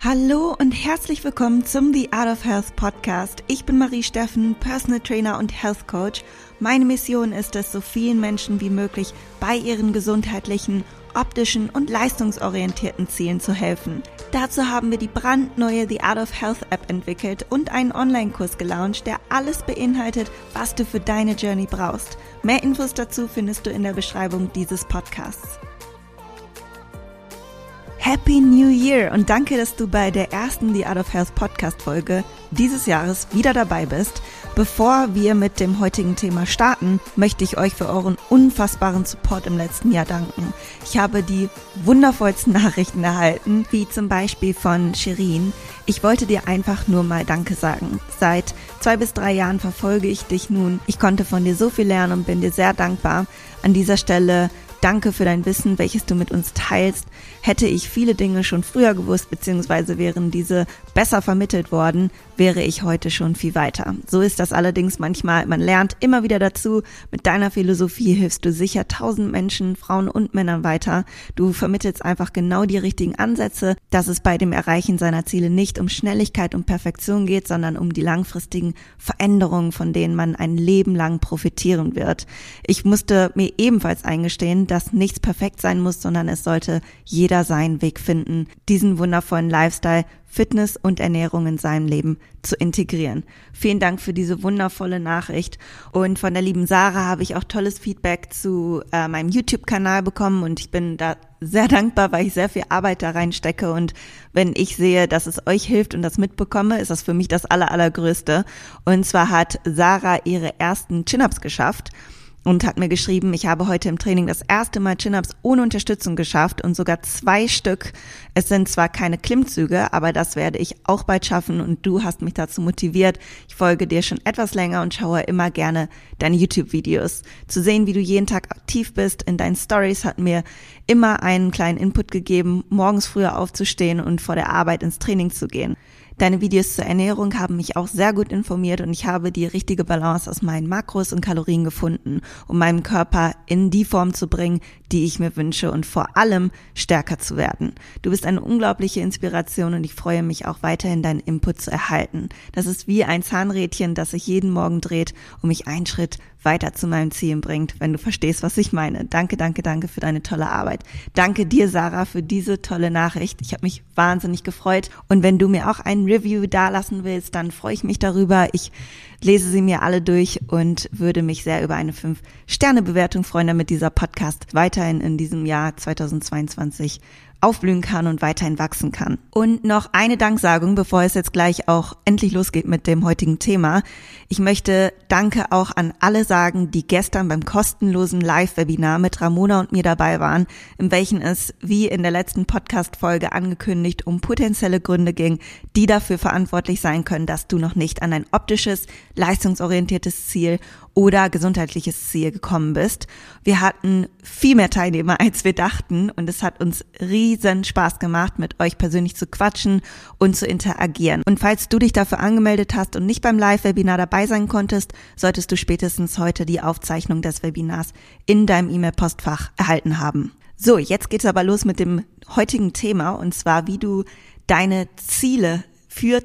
Hallo und herzlich willkommen zum The Art of Health Podcast. Ich bin Marie Steffen, Personal Trainer und Health Coach. Meine Mission ist es, so vielen Menschen wie möglich bei ihren gesundheitlichen, optischen und leistungsorientierten Zielen zu helfen. Dazu haben wir die brandneue The Art of Health App entwickelt und einen Online-Kurs gelauncht, der alles beinhaltet, was du für deine Journey brauchst. Mehr Infos dazu findest du in der Beschreibung dieses Podcasts. Happy New Year und danke, dass du bei der ersten The Art of Health Podcast Folge dieses Jahres wieder dabei bist. Bevor wir mit dem heutigen Thema starten, möchte ich euch für euren unfassbaren Support im letzten Jahr danken. Ich habe die wundervollsten Nachrichten erhalten, wie zum Beispiel von Shirin. Ich wollte dir einfach nur mal Danke sagen. Seit 2 bis 3 Jahren verfolge ich dich nun. Ich konnte von dir so viel lernen und bin dir sehr dankbar. An dieser Stelle danke für dein Wissen, welches du mit uns teilst. Hätte ich viele Dinge schon früher gewusst, beziehungsweise wären diese besser vermittelt worden, wäre ich heute schon viel weiter. So ist das allerdings manchmal. Man lernt immer wieder dazu. Mit deiner Philosophie hilfst du sicher 1000 Menschen, Frauen und Männern weiter. Du vermittelst einfach genau die richtigen Ansätze, dass es bei dem Erreichen seiner Ziele nicht um Schnelligkeit und Perfektion geht, sondern um die langfristigen Veränderungen, von denen man ein Leben lang profitieren wird. Ich musste mir ebenfalls eingestehen, dass nichts perfekt sein muss, sondern es sollte jeder seinen Weg finden, diesen wundervollen Lifestyle, Fitness und Ernährung in seinem Leben zu integrieren. Vielen Dank für diese wundervolle Nachricht. Und von der lieben Sarah habe ich auch tolles Feedback zu meinem YouTube-Kanal bekommen und ich bin da sehr dankbar, weil ich sehr viel Arbeit da reinstecke und wenn ich sehe, dass es euch hilft und das mitbekomme, ist das für mich das Allergrößte. Und zwar hat Sarah ihre ersten Chin-Ups geschafft und hat mir geschrieben, ich habe heute im Training das erste Mal Chin-Ups ohne Unterstützung geschafft und sogar 2 Stück. Es sind zwar keine Klimmzüge, aber das werde ich auch bald schaffen und du hast mich dazu motiviert. Ich folge dir schon etwas länger und schaue immer gerne deine YouTube-Videos. Zu sehen, wie du jeden Tag aktiv bist in deinen Stories, hat mir immer einen kleinen Input gegeben, morgens früher aufzustehen und vor der Arbeit ins Training zu gehen. Deine Videos zur Ernährung haben mich auch sehr gut informiert und ich habe die richtige Balance aus meinen Makros und Kalorien gefunden, um meinen Körper in die Form zu bringen, die ich mir wünsche und vor allem stärker zu werden. Du bist eine unglaubliche Inspiration und ich freue mich auch weiterhin, deinen Input zu erhalten. Das ist wie ein Zahnrädchen, das sich jeden Morgen dreht und mich einen Schritt weiter zu meinem Ziel bringt, wenn du verstehst, was ich meine. Danke für deine tolle Arbeit. Danke dir, Sarah, für diese tolle Nachricht. Ich habe mich wahnsinnig gefreut und wenn du mir auch ein Review dalassen willst, dann freue ich mich darüber. Ich lese sie mir alle durch und würde mich sehr über eine 5-Sterne-Bewertung freuen, damit dieser Podcast weiterhin in diesem Jahr 2022 aufblühen kann und weiterhin wachsen kann. Und noch eine Danksagung, bevor es jetzt gleich auch endlich losgeht mit dem heutigen Thema. Ich möchte Danke auch an alle sagen, die gestern beim kostenlosen Live-Webinar mit Ramona und mir dabei waren, in welchen es, wie in der letzten Podcast-Folge angekündigt, um potenzielle Gründe ging, die dafür verantwortlich sein können, dass du noch nicht an ein optisches, leistungsorientiertes Ziel oder gesundheitliches Ziel gekommen bist. Wir hatten viel mehr Teilnehmer, als wir dachten und es hat uns riesen Spaß gemacht, mit euch persönlich zu quatschen und zu interagieren. Und falls du dich dafür angemeldet hast und nicht beim Live-Webinar dabei sein konntest, solltest du spätestens heute die Aufzeichnung des Webinars in deinem E-Mail-Postfach erhalten haben. So, jetzt geht's aber los mit dem heutigen Thema und zwar, wie du deine Ziele für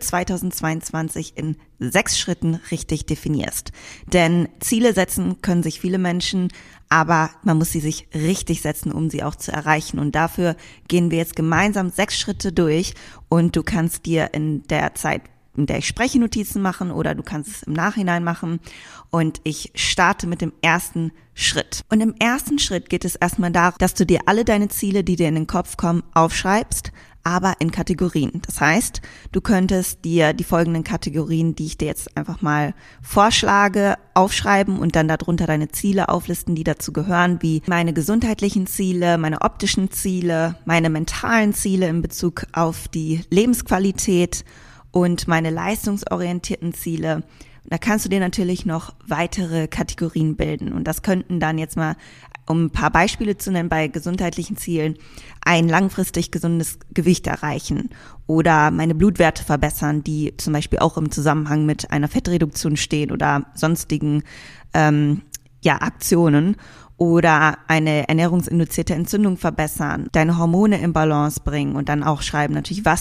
2022 in 6 Schritten richtig definierst. Denn Ziele setzen können sich viele Menschen, aber man muss sie sich richtig setzen, um sie auch zu erreichen. Und dafür gehen wir jetzt gemeinsam 6 Schritte durch und du kannst dir in der Zeit, in der ich spreche, Notizen machen oder du kannst es im Nachhinein machen. Und ich starte mit dem ersten Schritt. Und im ersten Schritt geht es erstmal darum, dass du dir alle deine Ziele, die dir in den Kopf kommen, aufschreibst, aber in Kategorien. Das heißt, du könntest dir die folgenden Kategorien, die ich dir jetzt einfach mal vorschlage, aufschreiben und dann darunter deine Ziele auflisten, die dazu gehören, wie meine gesundheitlichen Ziele, meine optischen Ziele, meine mentalen Ziele in Bezug auf die Lebensqualität und meine leistungsorientierten Ziele. Da kannst du dir natürlich noch weitere Kategorien bilden und das könnten dann jetzt mal, um ein paar Beispiele zu nennen, bei gesundheitlichen Zielen, ein langfristig gesundes Gewicht erreichen oder meine Blutwerte verbessern, die zum Beispiel auch im Zusammenhang mit einer Fettreduktion stehen oder sonstigen Aktionen oder eine ernährungsinduzierte Entzündung verbessern, deine Hormone in Balance bringen und dann auch schreiben natürlich, was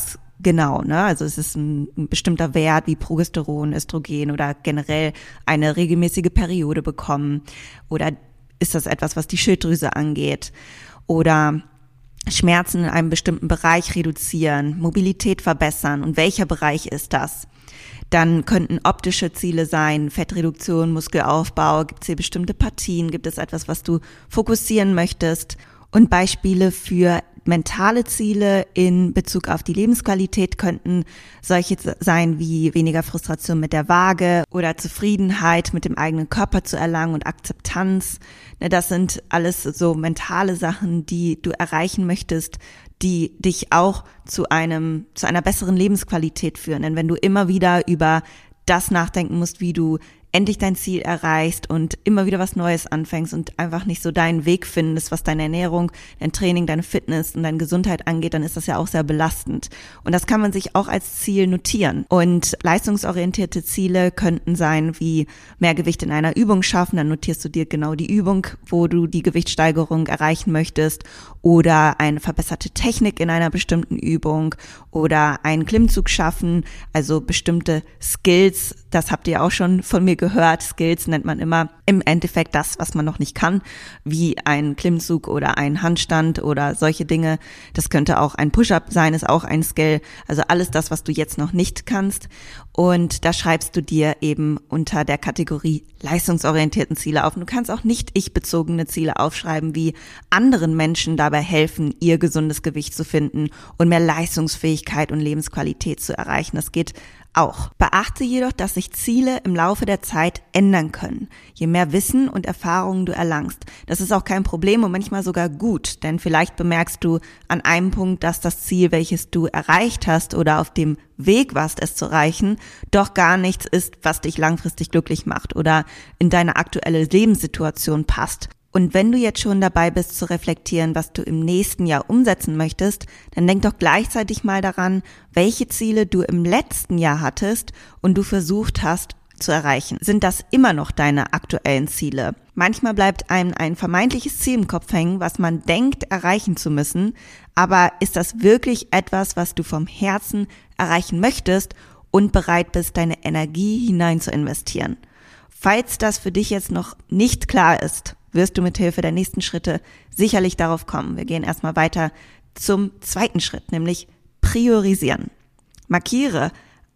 genau, ne? Also es ist ein bestimmter Wert wie Progesteron, Östrogen oder generell eine regelmäßige Periode bekommen, oder ist das etwas, was die Schilddrüse angeht, oder Schmerzen in einem bestimmten Bereich reduzieren, Mobilität verbessern, und welcher Bereich ist das? Dann könnten optische Ziele sein, Fettreduktion, Muskelaufbau, gibt es hier bestimmte Partien, gibt es etwas, was du fokussieren möchtest? Und Beispiele für mentale Ziele in Bezug auf die Lebensqualität könnten solche sein wie weniger Frustration mit der Waage oder Zufriedenheit mit dem eigenen Körper zu erlangen und Akzeptanz. Das sind alles so mentale Sachen, die du erreichen möchtest, die dich auch zu einer besseren Lebensqualität führen. Denn wenn du immer wieder über das nachdenken musst, wie du endlich dein Ziel erreichst und immer wieder was Neues anfängst und einfach nicht so deinen Weg findest, was deine Ernährung, dein Training, deine Fitness und deine Gesundheit angeht, dann ist das ja auch sehr belastend. Und das kann man sich auch als Ziel notieren. Und leistungsorientierte Ziele könnten sein wie mehr Gewicht in einer Übung schaffen, dann notierst du dir genau die Übung, wo du die Gewichtssteigerung erreichen möchtest, oder eine verbesserte Technik in einer bestimmten Übung oder einen Klimmzug schaffen, also bestimmte Skills, das habt ihr auch schon von mir gehört. Skills nennt man immer im Endeffekt das, was man noch nicht kann, wie ein Klimmzug oder ein Handstand oder solche Dinge. Das könnte auch ein Push-Up sein, ist auch ein Skill. Also alles das, was du jetzt noch nicht kannst. Und da schreibst du dir eben unter der Kategorie leistungsorientierten Ziele auf. Und du kannst auch nicht ich-bezogene Ziele aufschreiben, wie anderen Menschen dabei helfen, ihr gesundes Gewicht zu finden und mehr Leistungsfähigkeit und Lebensqualität zu erreichen. Das geht auch. Beachte jedoch, dass sich Ziele im Laufe der Zeit ändern können, je mehr Wissen und Erfahrungen du erlangst. Das ist auch kein Problem und manchmal sogar gut, denn vielleicht bemerkst du an einem Punkt, dass das Ziel, welches du erreicht hast oder auf dem Weg warst, es zu erreichen, doch gar nichts ist, was dich langfristig glücklich macht oder in deine aktuelle Lebenssituation passt. Und wenn du jetzt schon dabei bist zu reflektieren, was du im nächsten Jahr umsetzen möchtest, dann denk doch gleichzeitig mal daran, welche Ziele du im letzten Jahr hattest und du versucht hast zu erreichen. Sind das immer noch deine aktuellen Ziele? Manchmal bleibt einem ein vermeintliches Ziel im Kopf hängen, was man denkt, erreichen zu müssen, aber ist das wirklich etwas, was du vom Herzen erreichen möchtest und bereit bist, deine Energie hinein zu investieren? Falls das für dich jetzt noch nicht klar ist, wirst du mit Hilfe der nächsten Schritte sicherlich darauf kommen. Wir gehen erstmal weiter zum zweiten Schritt, nämlich priorisieren. Markiere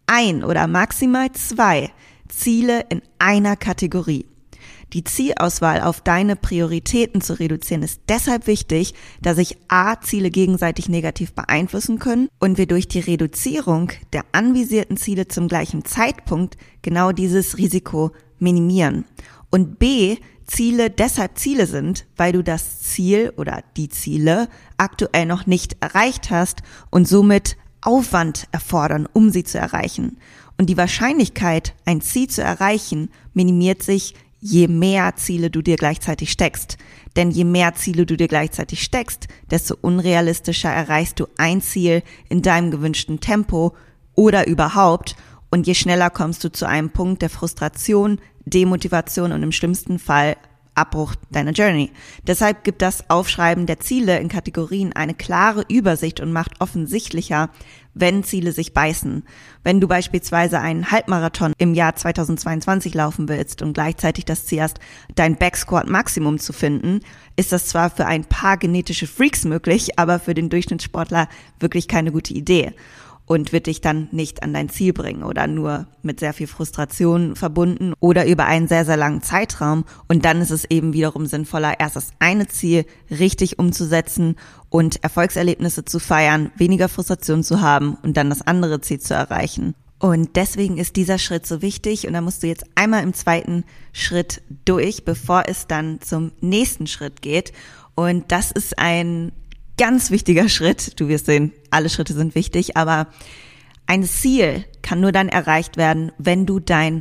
1 oder maximal 2 Ziele in einer Kategorie. Die Zielauswahl auf deine Prioritäten zu reduzieren ist deshalb wichtig, da sich Ziele gegenseitig negativ beeinflussen können und wir durch die Reduzierung der anvisierten Ziele zum gleichen Zeitpunkt genau dieses Risiko minimieren. Und Ziele deshalb Ziele sind, weil du das Ziel oder die Ziele aktuell noch nicht erreicht hast und somit Aufwand erfordern, um sie zu erreichen. Und die Wahrscheinlichkeit, ein Ziel zu erreichen, minimiert sich, je mehr Ziele du dir gleichzeitig steckst. Denn je mehr Ziele du dir gleichzeitig steckst, desto unrealistischer erreichst du ein Ziel in deinem gewünschten Tempo oder überhaupt. Und je schneller kommst du zu einem Punkt der Frustration, Demotivation und im schlimmsten Fall Abbruch deiner Journey. Deshalb gibt das Aufschreiben der Ziele in Kategorien eine klare Übersicht und macht offensichtlicher, wenn Ziele sich beißen. Wenn du beispielsweise einen Halbmarathon im Jahr 2022 laufen willst und gleichzeitig das Ziel hast, dein Backsquat-Maximum zu finden, ist das zwar für ein paar genetische Freaks möglich, aber für den Durchschnittssportler wirklich keine gute Idee. Und wird dich dann nicht an dein Ziel bringen oder nur mit sehr viel Frustration verbunden oder über einen sehr, sehr langen Zeitraum. Und dann ist es eben wiederum sinnvoller, erst das eine Ziel richtig umzusetzen und Erfolgserlebnisse zu feiern, weniger Frustration zu haben und dann das andere Ziel zu erreichen. Und deswegen ist dieser Schritt so wichtig und da musst du jetzt einmal im zweiten Schritt durch, bevor es dann zum nächsten Schritt geht. Und das ist ein ganz wichtiger Schritt. Du wirst sehen, alle Schritte sind wichtig, aber ein Ziel kann nur dann erreicht werden, wenn du dein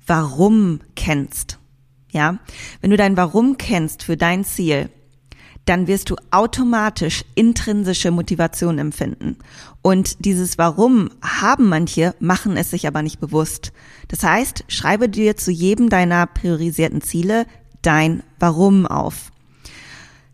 Warum kennst. Ja? Wenn du dein Warum kennst für dein Ziel, dann wirst du automatisch intrinsische Motivation empfinden. Und dieses Warum haben manche, machen es sich aber nicht bewusst. Das heißt, schreibe dir zu jedem deiner priorisierten Ziele dein Warum auf.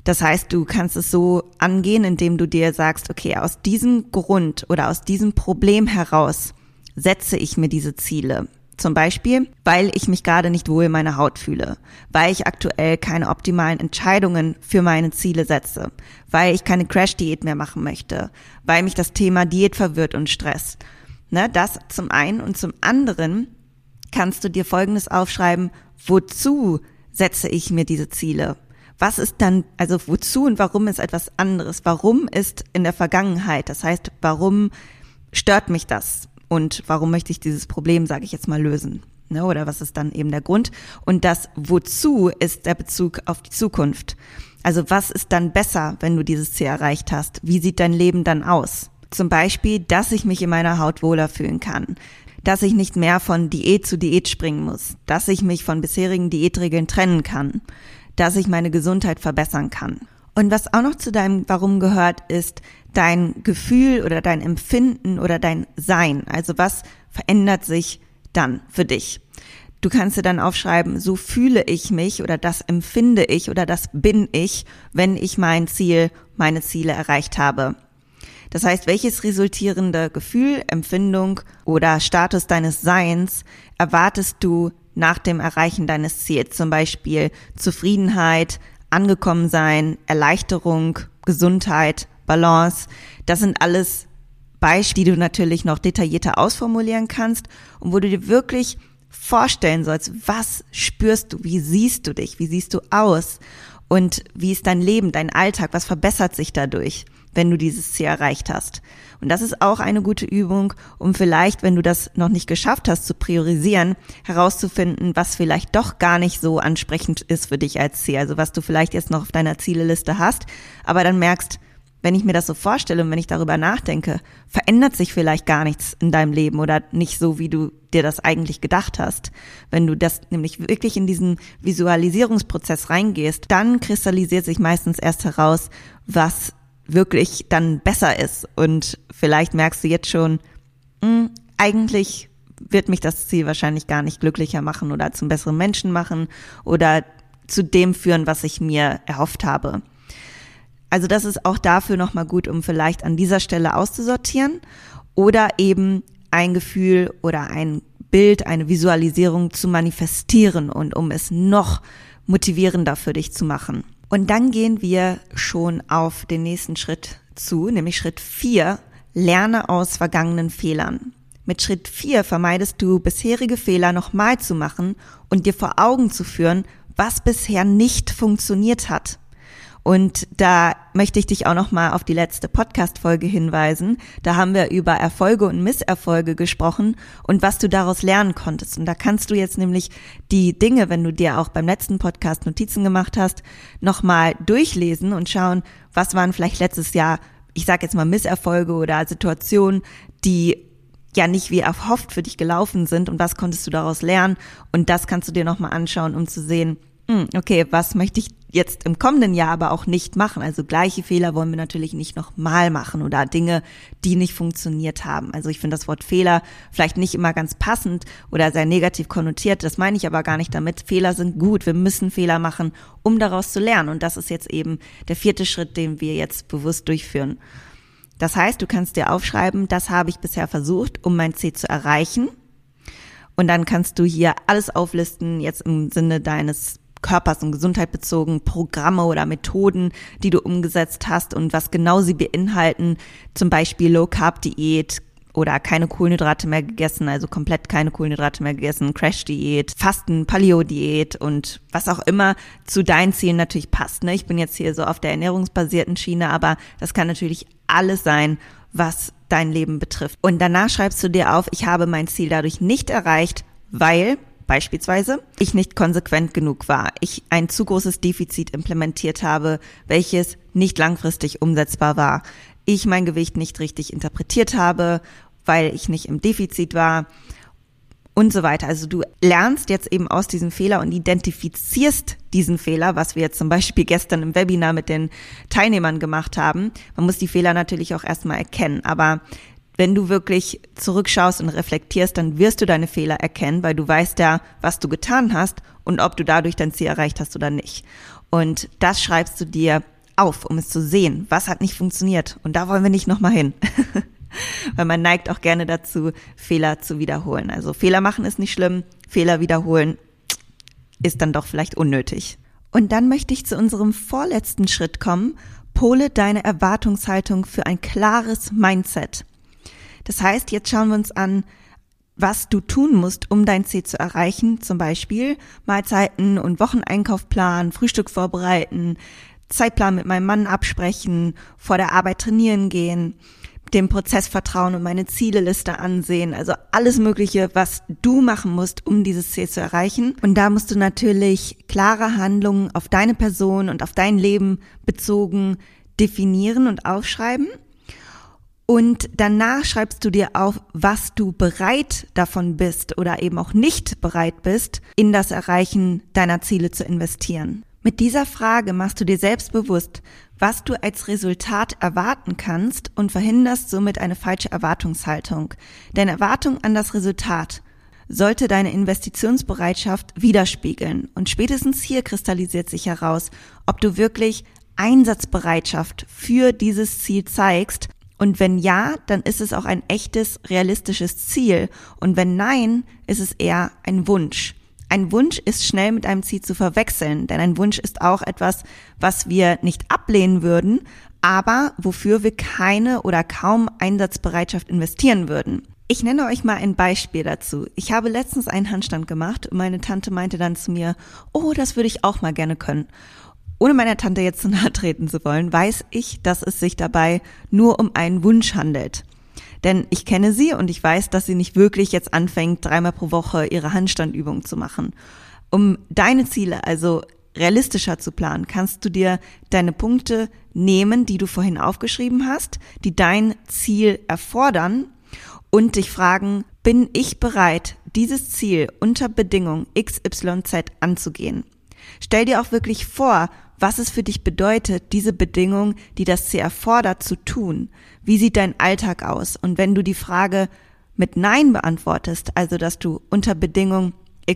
Das heißt, du kannst es so angehen, indem du dir sagst, okay, aus diesem Grund oder aus diesem Problem heraus setze ich mir diese Ziele. Zum Beispiel, weil ich mich gerade nicht wohl in meiner Haut fühle, weil ich aktuell keine optimalen Entscheidungen für meine Ziele setze, weil ich keine Crash-Diät mehr machen möchte, weil mich das Thema Diät verwirrt und stresst. Das zum einen, und zum anderen kannst du dir Folgendes aufschreiben: Wozu setze ich mir diese Ziele? Was ist dann, also wozu und warum ist etwas anderes? Warum ist in der Vergangenheit? Das heißt, warum stört mich das? Und warum möchte ich dieses Problem, sage ich jetzt mal, lösen? Oder was ist dann eben der Grund? Und das Wozu ist der Bezug auf die Zukunft. Also was ist dann besser, wenn du dieses Ziel erreicht hast? Wie sieht dein Leben dann aus? Zum Beispiel, dass ich mich in meiner Haut wohler fühlen kann, dass ich nicht mehr von Diät zu Diät springen muss, dass ich mich von bisherigen Diätregeln trennen kann, dass ich meine Gesundheit verbessern kann. Und was auch noch zu deinem Warum gehört, ist dein Gefühl oder dein Empfinden oder dein Sein. Also was verändert sich dann für dich? Du kannst dir dann aufschreiben, so fühle ich mich oder das empfinde ich oder das bin ich, wenn ich meine Ziele erreicht habe. Das heißt, welches resultierende Gefühl, Empfindung oder Status deines Seins erwartest du nach dem Erreichen deines Ziels? Zum Beispiel Zufriedenheit, angekommen sein, Erleichterung, Gesundheit, Balance. Das sind alles Beispiele, die du natürlich noch detaillierter ausformulieren kannst und wo du dir wirklich vorstellen sollst, was spürst du, wie siehst du dich, wie siehst du aus und wie ist dein Leben, dein Alltag, was verbessert sich dadurch, wenn du dieses Ziel erreicht hast. Und das ist auch eine gute Übung, um vielleicht, wenn du das noch nicht geschafft hast, zu priorisieren, herauszufinden, was vielleicht doch gar nicht so ansprechend ist für dich als Ziel. Also was du vielleicht jetzt noch auf deiner Zieleliste hast, aber dann merkst, wenn ich mir das so vorstelle und wenn ich darüber nachdenke, verändert sich vielleicht gar nichts in deinem Leben oder nicht so, wie du dir das eigentlich gedacht hast. Wenn du das nämlich wirklich in diesen Visualisierungsprozess reingehst, dann kristallisiert sich meistens erst heraus, was wirklich dann besser ist. Und vielleicht merkst du jetzt schon, eigentlich wird mich das Ziel wahrscheinlich gar nicht glücklicher machen oder zum besseren Menschen machen oder zu dem führen, was ich mir erhofft habe. Also das ist auch dafür nochmal gut, um vielleicht an dieser Stelle auszusortieren oder eben ein Gefühl oder ein Bild, eine Visualisierung zu manifestieren und um es noch motivierender für dich zu machen. Und dann gehen wir schon auf den nächsten Schritt zu, nämlich Schritt 4, lerne aus vergangenen Fehlern. Mit Schritt 4 vermeidest du, bisherige Fehler nochmal zu machen und dir vor Augen zu führen, was bisher nicht funktioniert hat. Und da möchte ich dich auch nochmal auf die letzte Podcast-Folge hinweisen. Da haben wir über Erfolge und Misserfolge gesprochen und was du daraus lernen konntest. Und da kannst du jetzt nämlich die Dinge, wenn du dir auch beim letzten Podcast Notizen gemacht hast, nochmal durchlesen und schauen, was waren vielleicht letztes Jahr, ich sage jetzt mal Misserfolge oder Situationen, die ja nicht wie erhofft für dich gelaufen sind und was konntest du daraus lernen. Und das kannst du dir nochmal anschauen, um zu sehen, okay, was möchte ich jetzt im kommenden Jahr aber auch nicht machen. Also gleiche Fehler wollen wir natürlich nicht nochmal machen oder Dinge, die nicht funktioniert haben. Also ich finde das Wort Fehler vielleicht nicht immer ganz passend oder sehr negativ konnotiert. Das meine ich aber gar nicht damit. Fehler sind gut. Wir müssen Fehler machen, um daraus zu lernen. Und das ist jetzt eben der 4. Schritt, den wir jetzt bewusst durchführen. Das heißt, du kannst dir aufschreiben, das habe ich bisher versucht, um mein Ziel zu erreichen. Und dann kannst du hier alles auflisten, jetzt im Sinne deines Körpers und Gesundheit bezogen, Programme oder Methoden, die du umgesetzt hast und was genau sie beinhalten, zum Beispiel Low-Carb-Diät oder keine Kohlenhydrate mehr gegessen, also komplett keine Kohlenhydrate mehr gegessen, Crash-Diät, Fasten, Paleo-Diät und was auch immer zu deinen Zielen natürlich passt. Ich bin jetzt hier so auf der ernährungsbasierten Schiene, aber das kann natürlich alles sein, was dein Leben betrifft. Und danach schreibst du dir auf, ich habe mein Ziel dadurch nicht erreicht, weil beispielsweise ich nicht konsequent genug war, ich ein zu großes Defizit implementiert habe, welches nicht langfristig umsetzbar war, ich mein Gewicht nicht richtig interpretiert habe, weil ich nicht im Defizit war und so weiter. Also du lernst jetzt eben aus diesem Fehler und identifizierst diesen Fehler, was wir jetzt zum Beispiel gestern im Webinar mit den Teilnehmern gemacht haben. Man muss die Fehler natürlich auch erstmal erkennen, aber wenn du wirklich zurückschaust und reflektierst, dann wirst du deine Fehler erkennen, weil du weißt ja, was du getan hast und ob du dadurch dein Ziel erreicht hast oder nicht. Und das schreibst du dir auf, um es zu sehen. Was hat nicht funktioniert? Und da wollen wir nicht nochmal hin. Weil man neigt auch gerne dazu, Fehler zu wiederholen. Also Fehler machen ist nicht schlimm, Fehler wiederholen ist dann doch vielleicht unnötig. Und dann möchte ich zu unserem vorletzten Schritt kommen. Pole deine Erwartungshaltung für ein klares Mindset. Das heißt, jetzt schauen wir uns an, was du tun musst, um dein Ziel zu erreichen. Zum Beispiel Mahlzeiten und Wocheneinkauf planen, Frühstück vorbereiten, Zeitplan mit meinem Mann absprechen, vor der Arbeit trainieren gehen, dem Prozess vertrauen und meine Zieleliste ansehen. Also alles Mögliche, was du machen musst, um dieses Ziel zu erreichen. Und da musst du natürlich klare Handlungen auf deine Person und auf dein Leben bezogen definieren und aufschreiben. Und danach schreibst du dir auf, was du bereit davon bist oder eben auch nicht bereit bist, in das Erreichen deiner Ziele zu investieren. Mit dieser Frage machst du dir selbst bewusst, was du als Resultat erwarten kannst und verhinderst somit eine falsche Erwartungshaltung. Denn Erwartung an das Resultat sollte deine Investitionsbereitschaft widerspiegeln. Und spätestens hier kristallisiert sich heraus, ob du wirklich Einsatzbereitschaft für dieses Ziel zeigst. Und wenn ja, dann ist es auch ein echtes, realistisches Ziel. Und wenn nein, ist es eher ein Wunsch. Ein Wunsch ist schnell mit einem Ziel zu verwechseln, denn ein Wunsch ist auch etwas, was wir nicht ablehnen würden, aber wofür wir keine oder kaum Einsatzbereitschaft investieren würden. Ich nenne euch mal ein Beispiel dazu. Ich habe letztens einen Handstand gemacht und meine Tante meinte dann zu mir, oh, das würde ich auch mal gerne können. Ohne meiner Tante jetzt zu nahe treten zu wollen, weiß ich, dass es sich dabei nur um einen Wunsch handelt. Denn ich kenne sie und ich weiß, dass sie nicht wirklich jetzt anfängt, 3-mal pro Woche ihre Handstandübungen zu machen. Um deine Ziele also realistischer zu planen, kannst du dir deine Punkte nehmen, die du vorhin aufgeschrieben hast, die dein Ziel erfordern und dich fragen, bin ich bereit, dieses Ziel unter Bedingung XYZ anzugehen? Stell dir auch wirklich vor, was es für dich bedeutet, diese Bedingung, die das Ziel erfordert, zu tun. Wie sieht dein Alltag aus? Und wenn du die Frage mit Nein beantwortest, also dass du unter Bedingung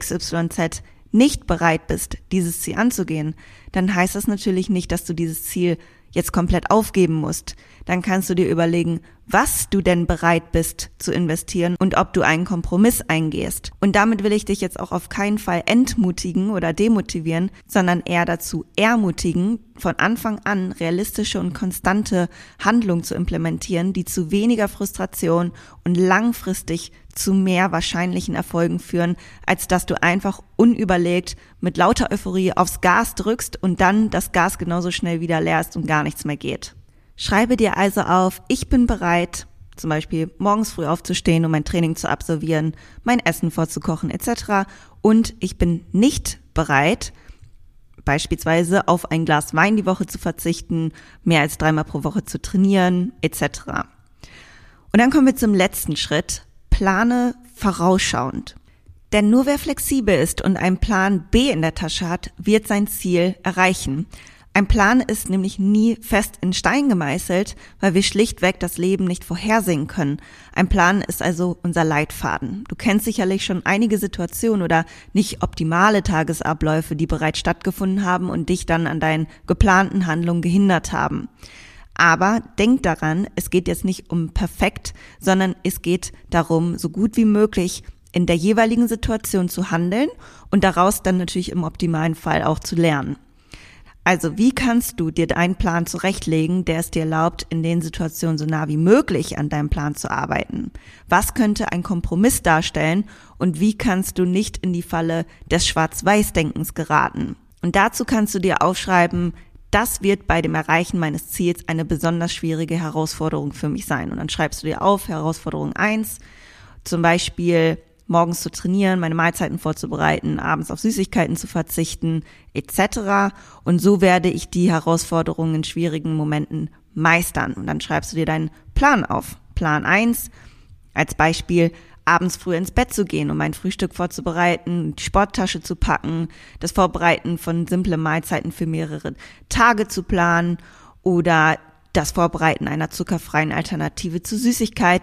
XYZ nicht bereit bist, dieses Ziel anzugehen, dann heißt das natürlich nicht, dass du dieses Ziel jetzt komplett aufgeben musst. Dann kannst du dir überlegen, was du denn bereit bist zu investieren und ob du einen Kompromiss eingehst. Und damit will ich dich jetzt auch auf keinen Fall entmutigen oder demotivieren, sondern eher dazu ermutigen, von Anfang an realistische und konstante Handlungen zu implementieren, die zu weniger Frustration und langfristig zu mehr wahrscheinlichen Erfolgen führen, als dass du einfach unüberlegt mit lauter Euphorie aufs Gas drückst und dann das Gas genauso schnell wieder leerst und gar nichts mehr geht. Schreibe dir also auf, ich bin bereit, zum Beispiel morgens früh aufzustehen, um mein Training zu absolvieren, mein Essen vorzukochen etc. Und ich bin nicht bereit, beispielsweise auf ein Glas Wein die Woche zu verzichten, mehr als 3-mal pro Woche zu trainieren etc. Und dann kommen wir zum letzten Schritt. Plane vorausschauend. Denn nur wer flexibel ist und einen Plan B in der Tasche hat, wird sein Ziel erreichen. Ein Plan ist nämlich nie fest in Stein gemeißelt, weil wir schlichtweg das Leben nicht vorhersehen können. Ein Plan ist also unser Leitfaden. Du kennst sicherlich schon einige Situationen oder nicht optimale Tagesabläufe, die bereits stattgefunden haben und dich dann an deinen geplanten Handlungen gehindert haben. Aber denk daran, es geht jetzt nicht um perfekt, sondern es geht darum, so gut wie möglich in der jeweiligen Situation zu handeln und daraus dann natürlich im optimalen Fall auch zu lernen. Also wie kannst du dir einen Plan zurechtlegen, der es dir erlaubt, in den Situationen so nah wie möglich an deinem Plan zu arbeiten? Was könnte ein Kompromiss darstellen und wie kannst du nicht in die Falle des Schwarz-Weiß-Denkens geraten? Und dazu kannst du dir aufschreiben, das wird bei dem Erreichen meines Ziels eine besonders schwierige Herausforderung für mich sein. Und dann schreibst du dir auf, Herausforderung 1, zum Beispiel morgens zu trainieren, meine Mahlzeiten vorzubereiten, abends auf Süßigkeiten zu verzichten, etc. Und so werde ich die Herausforderungen in schwierigen Momenten meistern. Und dann schreibst du dir deinen Plan auf. Plan 1, als Beispiel, abends früh ins Bett zu gehen, um mein Frühstück vorzubereiten, die Sporttasche zu packen, das Vorbereiten von simplen Mahlzeiten für mehrere Tage zu planen oder das Vorbereiten einer zuckerfreien Alternative zu Süßigkeiten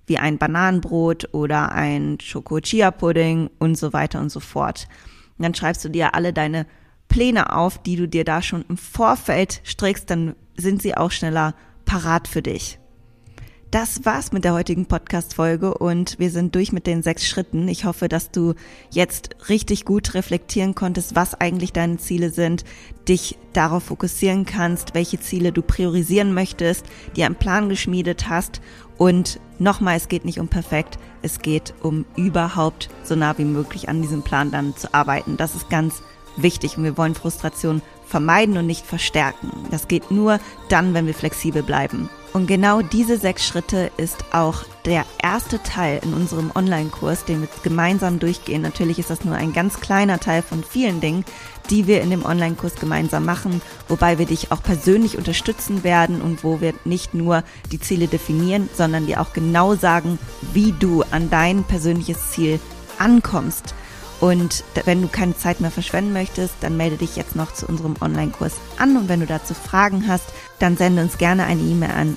wie ein Bananenbrot oder ein Schoko-Chia-Pudding und so weiter und so fort. Und dann schreibst du dir alle deine Pläne auf, die du dir da schon im Vorfeld strickst, dann sind sie auch schneller parat für dich. Das war's mit der heutigen Podcast-Folge und wir sind durch mit den 6 Schritten. Ich hoffe, dass du jetzt richtig gut reflektieren konntest, was eigentlich deine Ziele sind, dich darauf fokussieren kannst, welche Ziele du priorisieren möchtest, dir einen Plan geschmiedet hast und nochmal, es geht nicht um perfekt, es geht um überhaupt so nah wie möglich an diesem Plan dann zu arbeiten. Das ist ganz wichtig und wir wollen Frustration vermeiden und nicht verstärken. Das geht nur dann, wenn wir flexibel bleiben. Und genau diese 6 Schritte ist auch der erste Teil in unserem Online-Kurs, den wir gemeinsam durchgehen. Natürlich ist das nur ein ganz kleiner Teil von vielen Dingen, die wir in dem Online-Kurs gemeinsam machen, wobei wir dich auch persönlich unterstützen werden und wo wir nicht nur die Ziele definieren, sondern dir auch genau sagen, wie du an dein persönliches Ziel ankommst. Und wenn du keine Zeit mehr verschwenden möchtest, dann melde dich jetzt noch zu unserem Online-Kurs an. Und wenn du dazu Fragen hast, dann sende uns gerne eine E-Mail an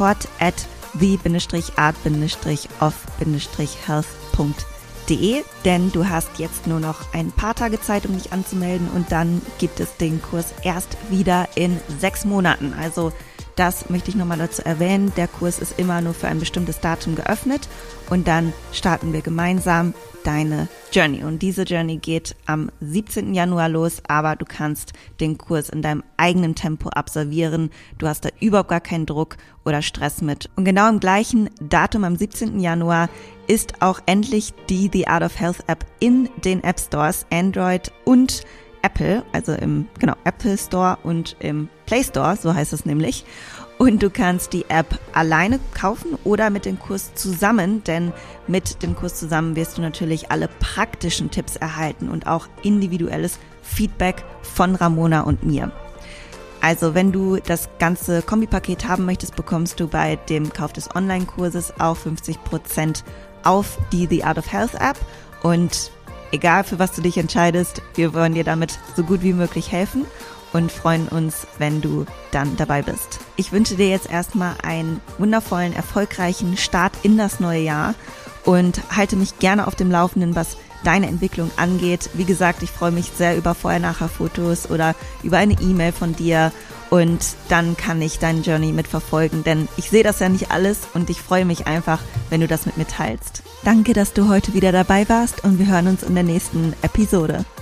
support@the-art-of-health.de, denn du hast jetzt nur noch ein paar Tage Zeit, um dich anzumelden und dann gibt es den Kurs erst wieder in 6 Monaten. Also das möchte ich nochmal dazu erwähnen. Der Kurs ist immer nur für ein bestimmtes Datum geöffnet und dann starten wir gemeinsam deine Journey. Und diese Journey geht am 17. Januar los, aber du kannst den Kurs in deinem eigenen Tempo absolvieren. Du hast da überhaupt gar keinen Druck oder Stress mit. Und genau im gleichen Datum, am 17. Januar, ist auch endlich die The Art of Health App in den App Stores, Android und Apple, also im Apple Store und im Play Store, so heißt es nämlich. Und du kannst die App alleine kaufen oder mit dem Kurs zusammen, denn mit dem Kurs zusammen wirst du natürlich alle praktischen Tipps erhalten und auch individuelles Feedback von Ramona und mir. Also wenn du das ganze Kombipaket haben möchtest, bekommst du bei dem Kauf des Online-Kurses auch 50% auf die The Art of Health App und egal für was du dich entscheidest, wir wollen dir damit so gut wie möglich helfen und freuen uns, wenn du dann dabei bist. Ich wünsche dir jetzt erstmal einen wundervollen, erfolgreichen Start in das neue Jahr und halte mich gerne auf dem Laufenden, was deine Entwicklung angeht. Wie gesagt, ich freue mich sehr über Vorher-Nachher-Fotos oder über eine E-Mail von dir und dann kann ich deine Journey mitverfolgen, denn ich sehe das ja nicht alles und ich freue mich einfach, wenn du das mit mir teilst. Danke, dass du heute wieder dabei warst und wir hören uns in der nächsten Episode.